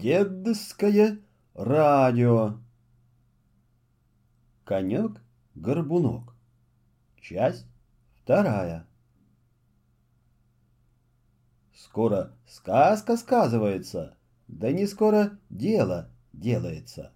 Дедовское радио. Конек-горбунок. Часть вторая. Скоро сказка сказывается, да не скоро дело делается.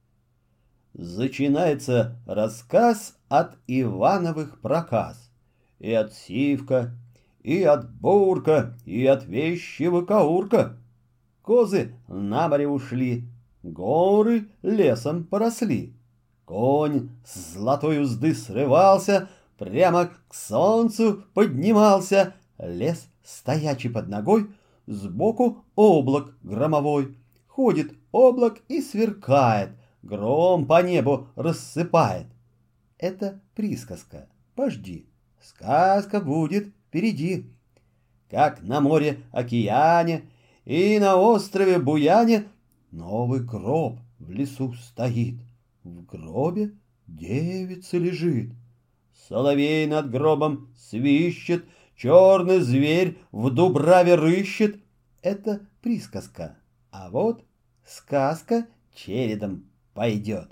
Начинается рассказ от Ивановых проказ. И от Сивка, и от Бурка, и от вещего Каурка. Козы на море ушли, горы лесом поросли. Конь с золотой узды срывался, прямо к солнцу поднимался. Лес стоячий под ногой, сбоку облак громовой. Ходит облак и сверкает, гром по небу рассыпает. Это присказка, пожди, сказка будет впереди. Как на море-океане и на острове Буяне новый гроб в лесу стоит. В гробе девица лежит. Соловей над гробом свищет, черный зверь в дубраве рыщет. Это присказка, а вот сказка чередом пойдет.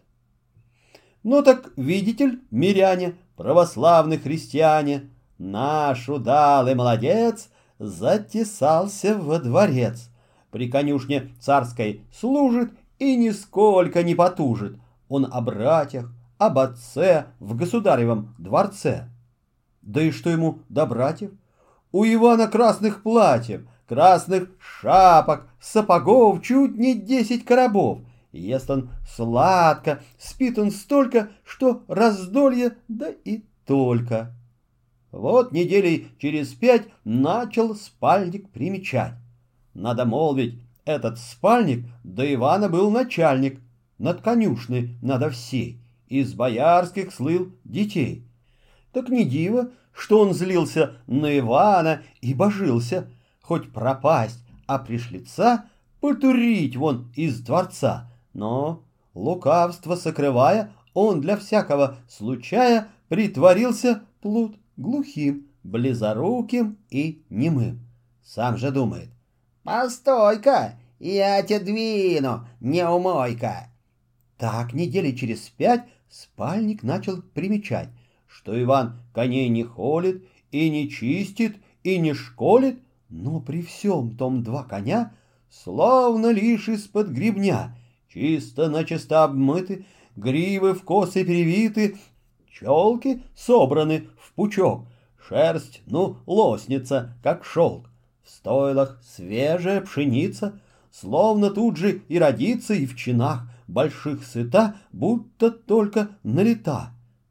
Ну так, видите ли, миряне, православные христиане, наш удалый молодец затесался во дворец. При конюшне царской служит и нисколько не потужит. Он о братьях, об отце в государевом дворце. Да и что ему до братьев? У Ивана красных платьев, красных шапок, сапогов чуть не 10 коробов. Ест он сладко, спит он столько, что раздолье, да и только. Вот неделей через 5 начал спальник примечать. Надо молвить, этот спальник до Ивана был начальник, над конюшной надо всей, из боярских слыл детей. Так не диво, что он злился на Ивана и божился, хоть пропасть, а пришлица потурить вон из дворца. Но, лукавство сокрывая, он для всякого случая притворился плут глухим, близоруким и немым. Сам же думает: «Постой-ка, я тебя двину, неумойка». Так недели через 5 спальник начал примечать, что Иван коней не холит и не чистит и не школит, но при всем том 2 коня словно лишь из-под гребня, чисто-начисто обмыты, гривы в косы перевиты, челки собраны в пучок, шерсть, лоснится, как шелк. В стойлах свежая пшеница, словно тут же и родится, и в чинах больших сыта, будто только налета.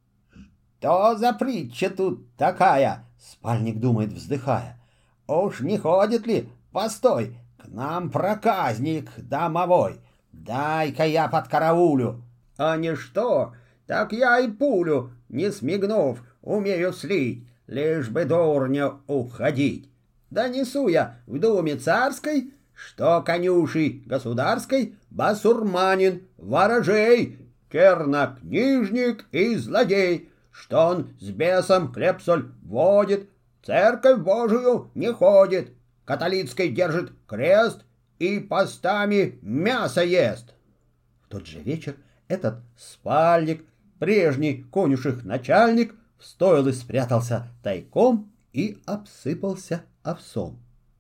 «Что за притча тут такая?» — спальник думает, вздыхая. «Уж не ходит ли, постой, к нам проказник домовой? Дай-ка я подкараулю». «А не что, так я и пулю, не смигнув, умею слить, лишь бы дурню уходить. Донесу я в думе царской, что конюшей государской басурманин, ворожей, чернокнижник и злодей, что он с бесом хлеб-соль водит, церковь Божию не ходит, католицкой держит крест и постами мясо ест». В тот же вечер этот спальник, прежний конюших начальник, в стойлы спрятался тайком и обсыпался овсом.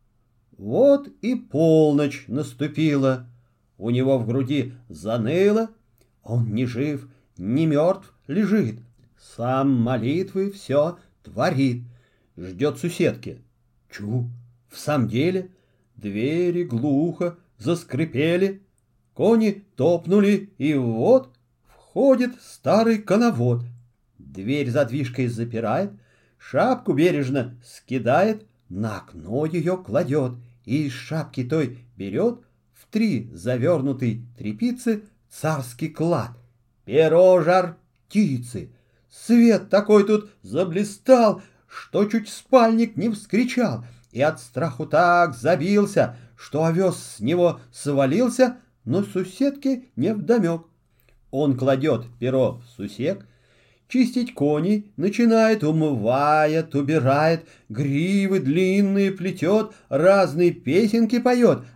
Вот и полночь наступила, у него в груди заныло, он ни жив, ни мертв лежит, сам молитвы все творит, ждет соседки. Чу, в самом деле, двери глухо заскрипели, кони топнули, и вот входит старый коновод. Дверь задвижкой запирает, шапку бережно скидает, на окно ее кладет и из шапки той берет в 3 завернутой тряпицы царский клад, перо жар птицы. Свет такой тут заблистал, что чуть спальник не вскричал, и от страху так забился, что овес с него свалился, но соседке невдомек. Он кладет перо в сусек, чистить коней начинает, умывает, убирает, гривы длинные плетет, разные песенки поет,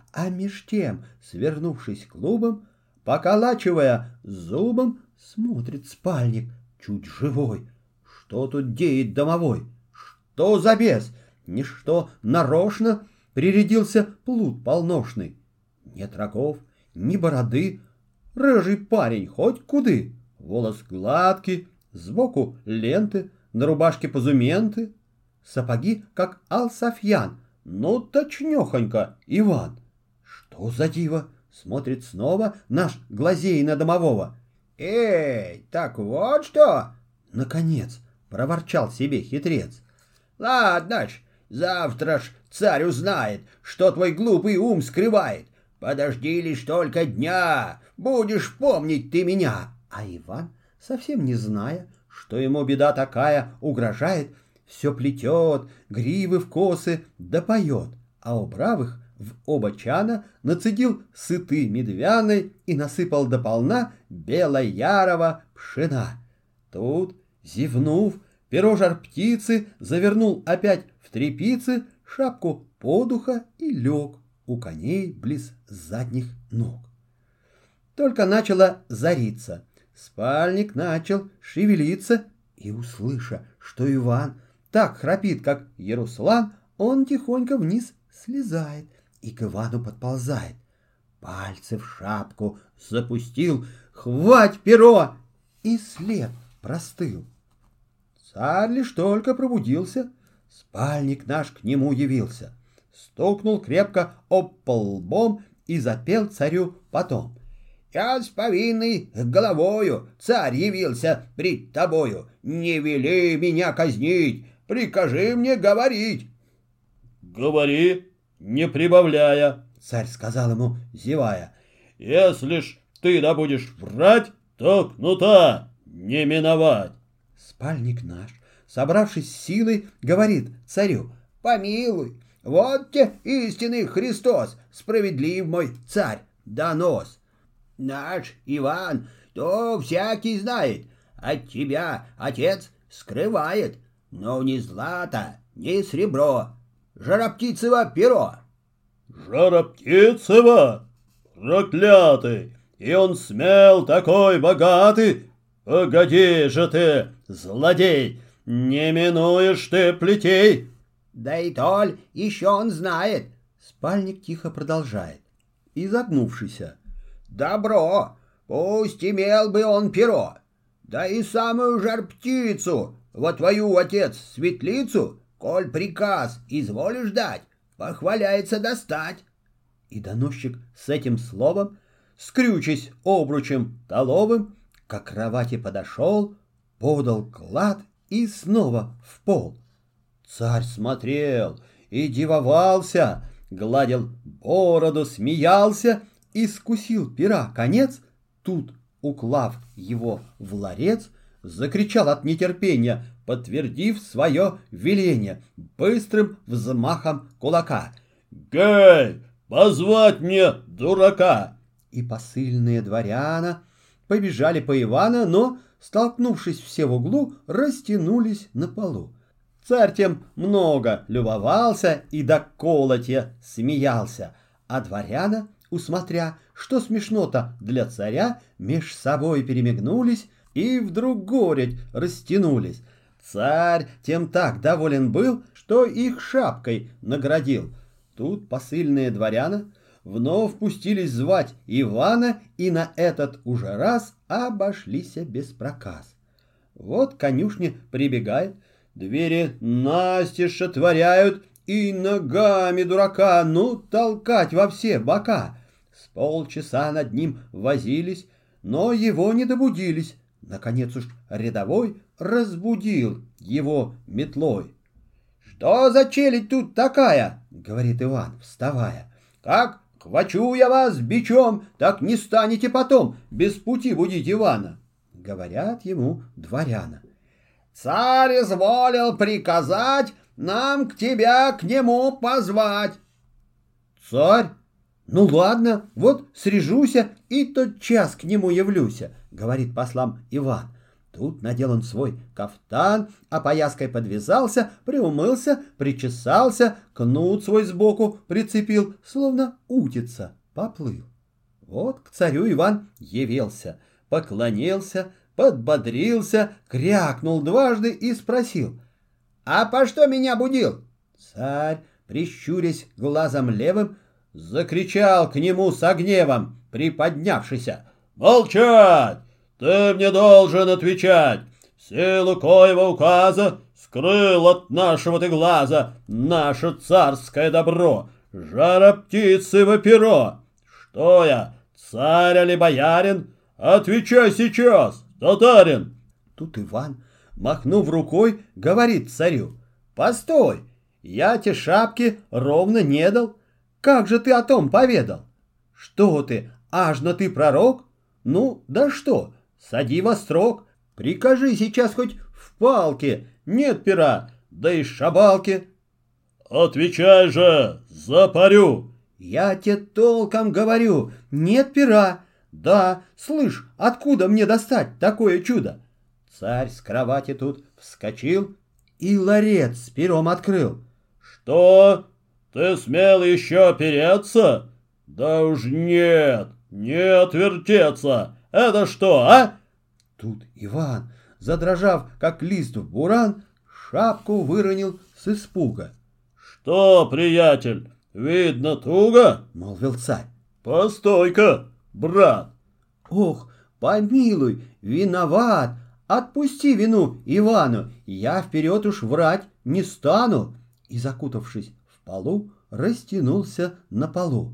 а меж тем, свернувшись клубом, поколачивая зубом, смотрит спальник, чуть живой. Что тут деет домовой? Что за бес? Ничто нарочно прирядился плут полношный. Нет рогов, ни бороды, рыжий парень хоть куды. Волос гладкий, сбоку ленты, на рубашке позументы, сапоги, как Ал-Софьян, ну точнёхонько Иван. Что за диво? Смотрит снова наш глазей на домового. «Эй, так вот что!» Наконец проворчал себе хитрец. «Ладно ж, завтра ж царь узнает, что твой глупый ум скрывает. Подожди лишь только дня, будешь помнить ты меня». А Иван, совсем не зная, что ему беда такая угрожает, все плетет, гривы в косы да поет, а убрав их в оба чана, нацедил сыты медвяной и насыпал дополна белоярого пшена. Тут, зевнув, перо жар-птицы завернул опять в тряпицы, шапку подуха и лег у коней близ задних ног. Только начало зариться, спальник начал шевелиться, и, услыша, что Иван так храпит, как Яруслан, он тихонько вниз слезает и к Ивану подползает. Пальцы в шапку запустил, хвать перо, и след простыл. Царь лишь только пробудился, спальник наш к нему явился, стукнул крепко об пол лбом и запел царю потом. «Я с повинной головою, царь, явился пред тобою. Не вели меня казнить, прикажи мне говорить». «Говори, не прибавляя», — царь сказал ему, зевая. «Если ж ты да будешь врать, то кнута не миновать». Спальник наш, собравшись силой, говорит царю: «Помилуй, вот те истинный Христос, справедлив мой царь, донос. Наш Иван, то всякий знает, от тебя отец скрывает, но ни злато, ни сребро, жароптицево перо». «Жароптицево? Проклятый! И он смел такой богатый! Погоди же ты, злодей, не минуешь ты плетей!» «Да и толь еще он знает», — спальник тихо продолжает, изогнувшийся. «Добро, пусть имел бы он перо, да и самую жар-птицу, во твою, отец, светлицу, коль приказ изволишь дать, похваляется достать». И доносчик с этим словом, скрючась обручем толовым, к кровати подошел, подал клад и снова в пол. Царь смотрел и дивовался, гладил бороду, смеялся и скусил пера конец, тут, уклав его в ларец, закричал от нетерпения, подтвердив свое веление быстрым взмахом кулака: «Гей, позвать мне дурака!» И посыльные дворяна побежали по Ивана, но, столкнувшись все в углу, растянулись на полу. Царь тем много любовался и до колотья смеялся, а дворяна, усмотря, что смешно-то для царя, меж собой перемигнулись и вдруг горять растянулись. Царь тем так доволен был, что их шапкой наградил. Тут посыльные дворяна вновь пустились звать Ивана, и на этот уже раз обошлись без проказ. Вот к конюшне прибегает, двери настежь отворяют, и ногами дурака, ну, толкать во все бока. С полчаса над ним возились, но его не добудились. Наконец уж рядовой разбудил его метлой. «Что за челядь тут такая?» — говорит Иван, вставая. «Как хвачу я вас бичом, так не станете потом без пути будить Ивана». Говорят ему дворяна: «Царь изволил приказать нам к тебя к нему позвать». «Царь? Ну ладно, вот срежуся и тотчас к нему явлюся», — говорит послам Иван. Тут надел он свой кафтан, опояской подвязался, приумылся, причесался, кнут свой сбоку прицепил, словно утица, поплыл. Вот к царю Иван явился, поклонился, подбодрился, крякнул дважды и спросил: «А по что меня будил?» Царь, прищурясь глазом левым, закричал к нему со гневом, приподнявшийся: «Молчать! Ты мне должен отвечать! В силу коего указа скрыл от нашего ты глаза наше царское добро, жар-птицево перо! Что я, царь или боярин? Отвечай сейчас, татарин!» Тут Иван, махнув рукой, говорит царю: «Постой, я те шапки ровно не дал. Как же ты о том поведал? Что ты, ажно ты пророк? Ну, да что, сади во строк, прикажи сейчас хоть в палке, нет пера, да и шабалки». «Отвечай же, запарю!» «Я тебе толком говорю, нет пера. Да, слышь, откуда мне достать такое чудо?» Царь с кровати тут вскочил и ларец с пером открыл. «Что? Ты смел еще переться? Да уж нет, не отвертеться. Это что, а?» Тут Иван, задрожав, как лист в буран, шапку выронил с испуга. «Что, приятель, видно туго?» — молвил царь. «Постой-ка, брат!» «Ох, помилуй, виноват! Отпусти вину Ивану, я вперед уж врать не стану!» И, закутавшись в полу, растянулся на полу.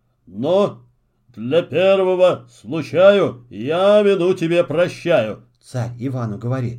«Но для первого случаю я вину тебе прощаю», — царь Ивану говорит.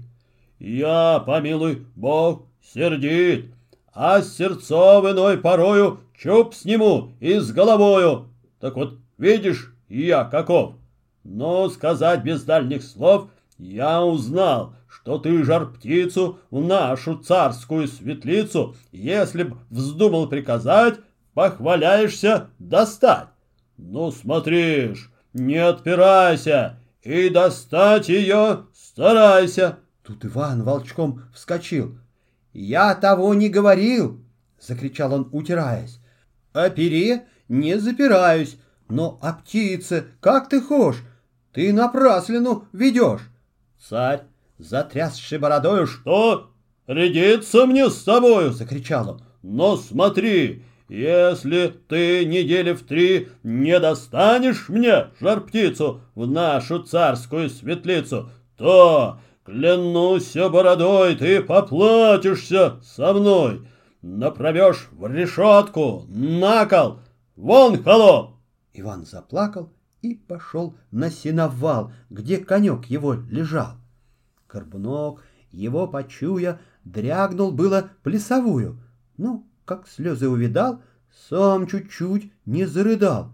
«Я, помилуй Бог, сердит, а с сердцов иной порою чуб сниму и с головою. Так вот, видишь, я каков. Но сказать без дальних слов, я узнал, что ты жар-птицу в нашу царскую светлицу, если б вздумал приказать, похваляешься достать. Ну, смотришь, не отпирайся и достать ее старайся». Тут Иван волчком вскочил. «Я того не говорил!» — закричал он, утираясь. «О пере не запираюсь, но о птице как ты хошь? Ты напраслину ведешь!» Царь, затрясший бородою: «Что? Рядиться мне с тобою?» — закричал он. «Но смотри, если ты недели в 3 не достанешь мне жар-птицу в нашу царскую светлицу, то, клянусь бородой, ты поплатишься со мной, направешь в решетку, на кол, вон, холоп!» Иван заплакал и пошел на сеновал, где конек его лежал. Горбунок, его почуя, дрягнул было плясовую, ну, как слезы увидал, сам чуть-чуть не зарыдал.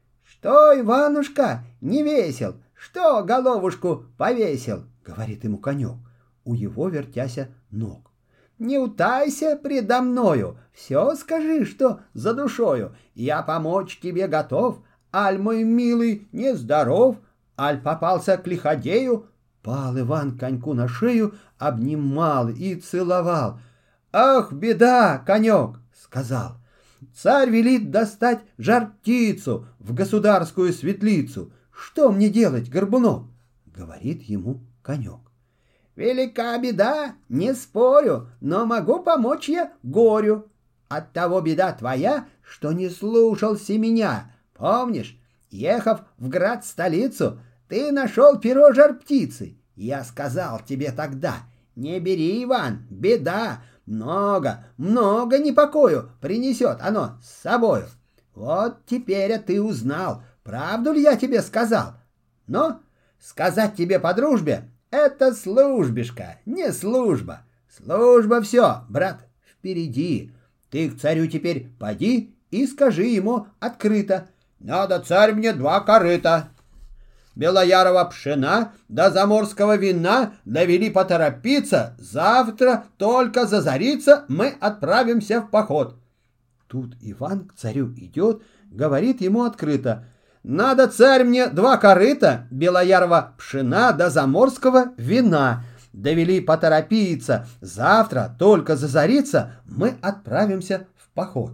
«Что, Иванушка, не весел? Что головушку повесил?» — говорит ему конек, у его вертяся ног. «Не утайся предо мною, все скажи, что за душою. Я помочь тебе готов, аль мой милый нездоров, аль попался к лиходею». Пал Иван коньку на шею, обнимал и целовал. «Ах, беда, конек!» — сказал. «Царь велит достать жар-птицу в государскую светлицу. Что мне делать, горбунок?» — говорит ему конек. «Велика беда, не спорю, но могу помочь я горю. Оттого беда твоя, что не слушался меня. Помнишь, ехав в град-столицу, ты нашел перо жар-птицы. Я сказал тебе тогда: не бери, Иван, беда, много непокою принесет оно с собою. Вот теперь ты узнал, правду ли я тебе сказал. Но сказать тебе по дружбе — это службишка, не служба. Служба все, брат, впереди. Ты к царю теперь поди и скажи ему открыто: надо, царь, мне 2 корыта белоярова пшена да заморского вина, да вели поторопиться, завтра только зазарится, мы отправимся в поход. Тут Иван к царю идет, говорит ему открыто: Надо, царь, мне 2 корыта белоярого пшена да заморского вина. Довели поторопиться. Завтра, только зазарится, мы отправимся в поход.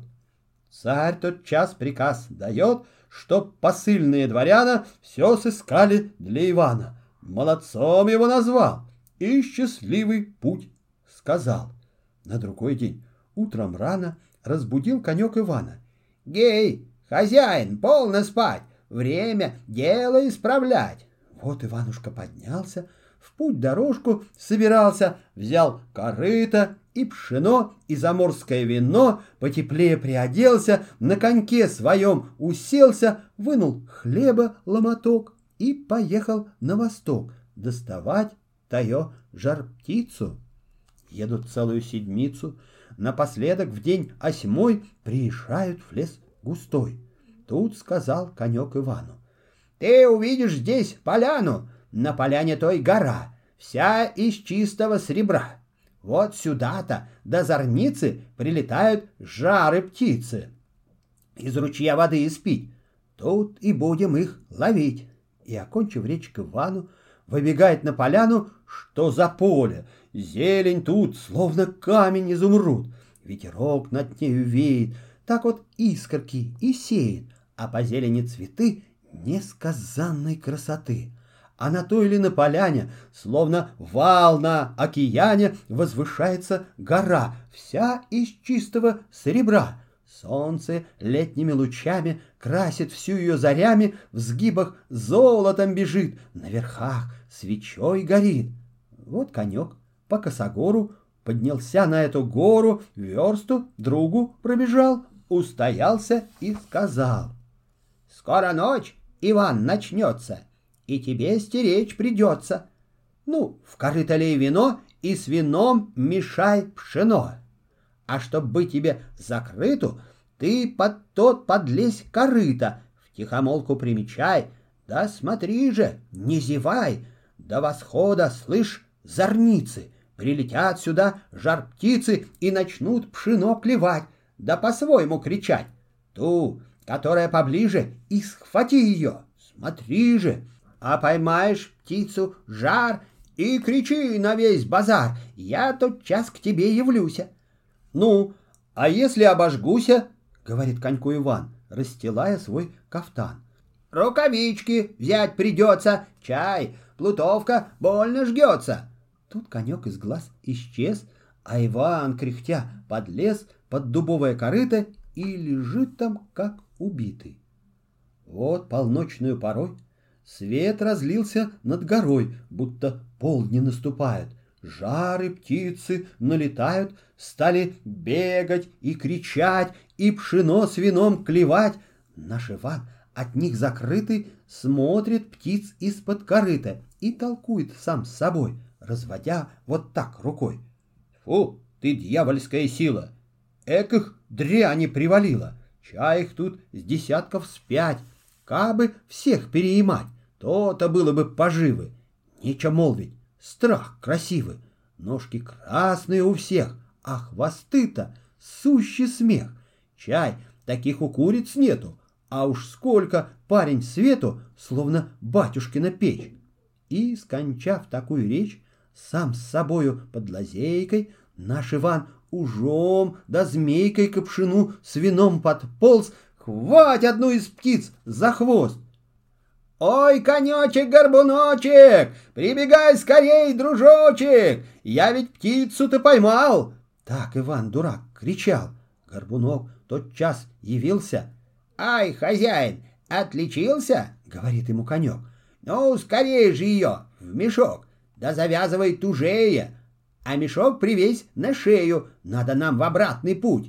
Царь тотчас приказ дает, чтоб посыльные дворяна все сыскали для Ивана. Молодцом его назвал и счастливый путь сказал. На другой день утром рано разбудил конек Ивана. «Гей, хозяин, полно спать, время дело исправлять». Вот Иванушка поднялся, в путь дорожку собирался, взял корыто и пшено, и заморское вино, потеплее приоделся, на коньке своем уселся, вынул хлеба ломоток и поехал на восток доставать таю жар-птицу. Едут целую седмицу, напоследок в день 8 приезжают в лес густой. Тут сказал конек Ивану: «Ты увидишь здесь поляну, на поляне той гора, вся из чистого серебра. Вот сюда-то до зорницы прилетают жары-птицы. Из ручья воды испить, тут и будем их ловить». И, окончив речь к Ивану, выбегает на поляну, что за поле, зелень тут, словно камень изумруд, ветерок над нею веет, так вот искорки и сеет, а по зелени цветы несказанной красоты. А на той или на поляне, словно вал на океане, возвышается гора, вся из чистого серебра. Солнце летними лучами красит всю ее зарями, в сгибах золотом бежит, на верхах свечой горит. Вот конек по косогору поднялся на эту гору, версту другу пробежал, устоялся и сказал: «Скоро ночь, Иван, начнется, и тебе стеречь придется. Ну, в корыто лей вино и с вином мешай пшено. А чтоб быть тебе закрыту, ты под тот подлезь корыто, втихомолку примечай, да смотри же, не зевай, до восхода, слышь, зорницы, прилетят сюда жар-птицы и начнут пшено клевать, да по-своему кричать. Ту, которая поближе, и схвати ее, смотри же, а поймаешь птицу жар и кричи на весь базар: я тотчас к тебе явлюся». «Ну, а если обожгуся?» — говорит коньку Иван, расстилая свой кафтан. «Рукавички взять придется, чай, плутовка больно жгется». Тут конек из глаз исчез, а Иван, кряхтя, подлез под дубовое корыто и лежит там, как убитый. Вот полночную порой свет разлился над горой, будто полдни наступает. Жары птицы налетают, стали бегать и кричать, и пшено с вином клевать. Наш Иван, от них закрытый, смотрит птиц из-под корыта и толкует сам с собой, разводя вот так рукой: «Фу, ты дьявольская сила! Эк их дряни привалила! Чай их тут с десятков с 5. Кабы всех переимать, то-то было бы поживы. Нечего молвить, страх красивый, ножки красные у всех, а хвосты-то сущий смех. Чай, таких у куриц нету, а уж сколько парень свету, словно батюшкина печь». И, скончав такую речь, сам с собою под лазейкой, наш Иван ужом да змейкой к пшену с вином подполз, хвать одну из птиц за хвост. «Ой, конечек-горбуночек, прибегай скорей, дружочек, я ведь птицу-то поймал!» Так Иван-дурак кричал. Горбунок тотчас явился. «Ай, хозяин, отличился?» — говорит ему конек. «Ну, скорее же ее в мешок, да завязывай тужее, а мешок привезь на шею, надо нам в обратный путь».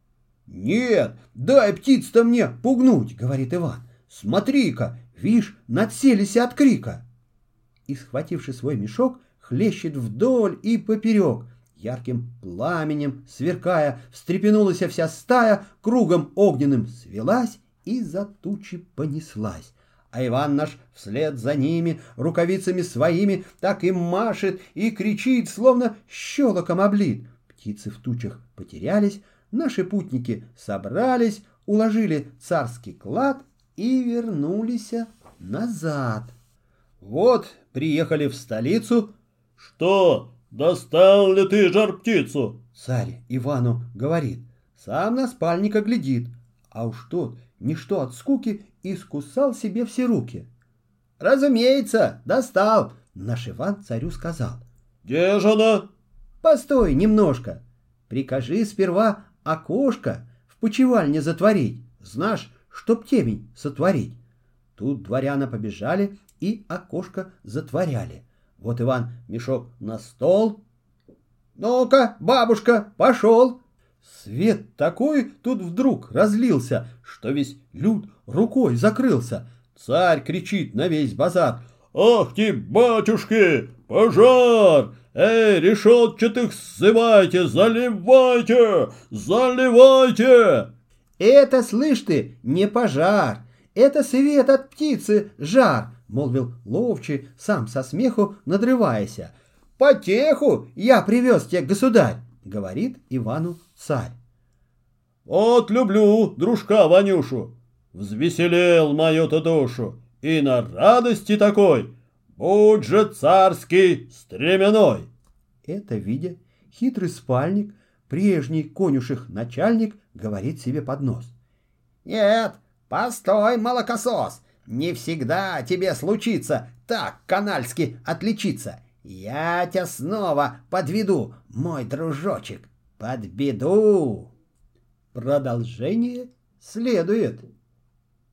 «Нет, дай птиц-то мне пугнуть», — говорит Иван. «Смотри-ка, вишь, надселись от крика». И, схвативши свой мешок, хлещет вдоль и поперек. Ярким пламенем сверкая, встрепенулась вся стая, кругом огненным свелась и за тучи понеслась. А Иван наш вслед за ними рукавицами своими так и машет и кричит, словно щелоком облит. Птицы в тучах потерялись, наши путники собрались, уложили царский клад и вернулись назад. Вот приехали в столицу. Что, достал ли ты жар-птицу? Царь Ивану говорит, сам на спальника глядит, а уж тот ничто от скуки искусал себе все руки. Разумеется, достал, наш Иван царю сказал. Где же она? Постой немножко, прикажи сперва окошко в почевальне затворить, знаешь, чтоб темень сотворить. Тут дворяна побежали и окошко затворяли. Вот Иван мешок на стол. Ну-ка, бабушка, пошел. Свет такой тут вдруг разлился, что весь люд рукой закрылся. Царь кричит на весь базар. Ах ты, батюшки, пожар! Эй, решетчатых ссывайте, заливайте, заливайте! Это, слышь ты, не пожар, это свет от птицы жар, молвил ловчий, сам со смеху надрываясь. Потеху я привез тебе, государь, говорит Ивану царь. Вот люблю дружка Ванюшу, взвеселел мою-то душу, и на радости такой, будь же царский стременной. Это видя, хитрый спальник, прежний конюших начальник, говорит себе под нос. Нет, постой, молокосос, не всегда тебе случится так канальски отличиться. Я тебя снова подведу, мой дружочек, подведу. Продолжение следует.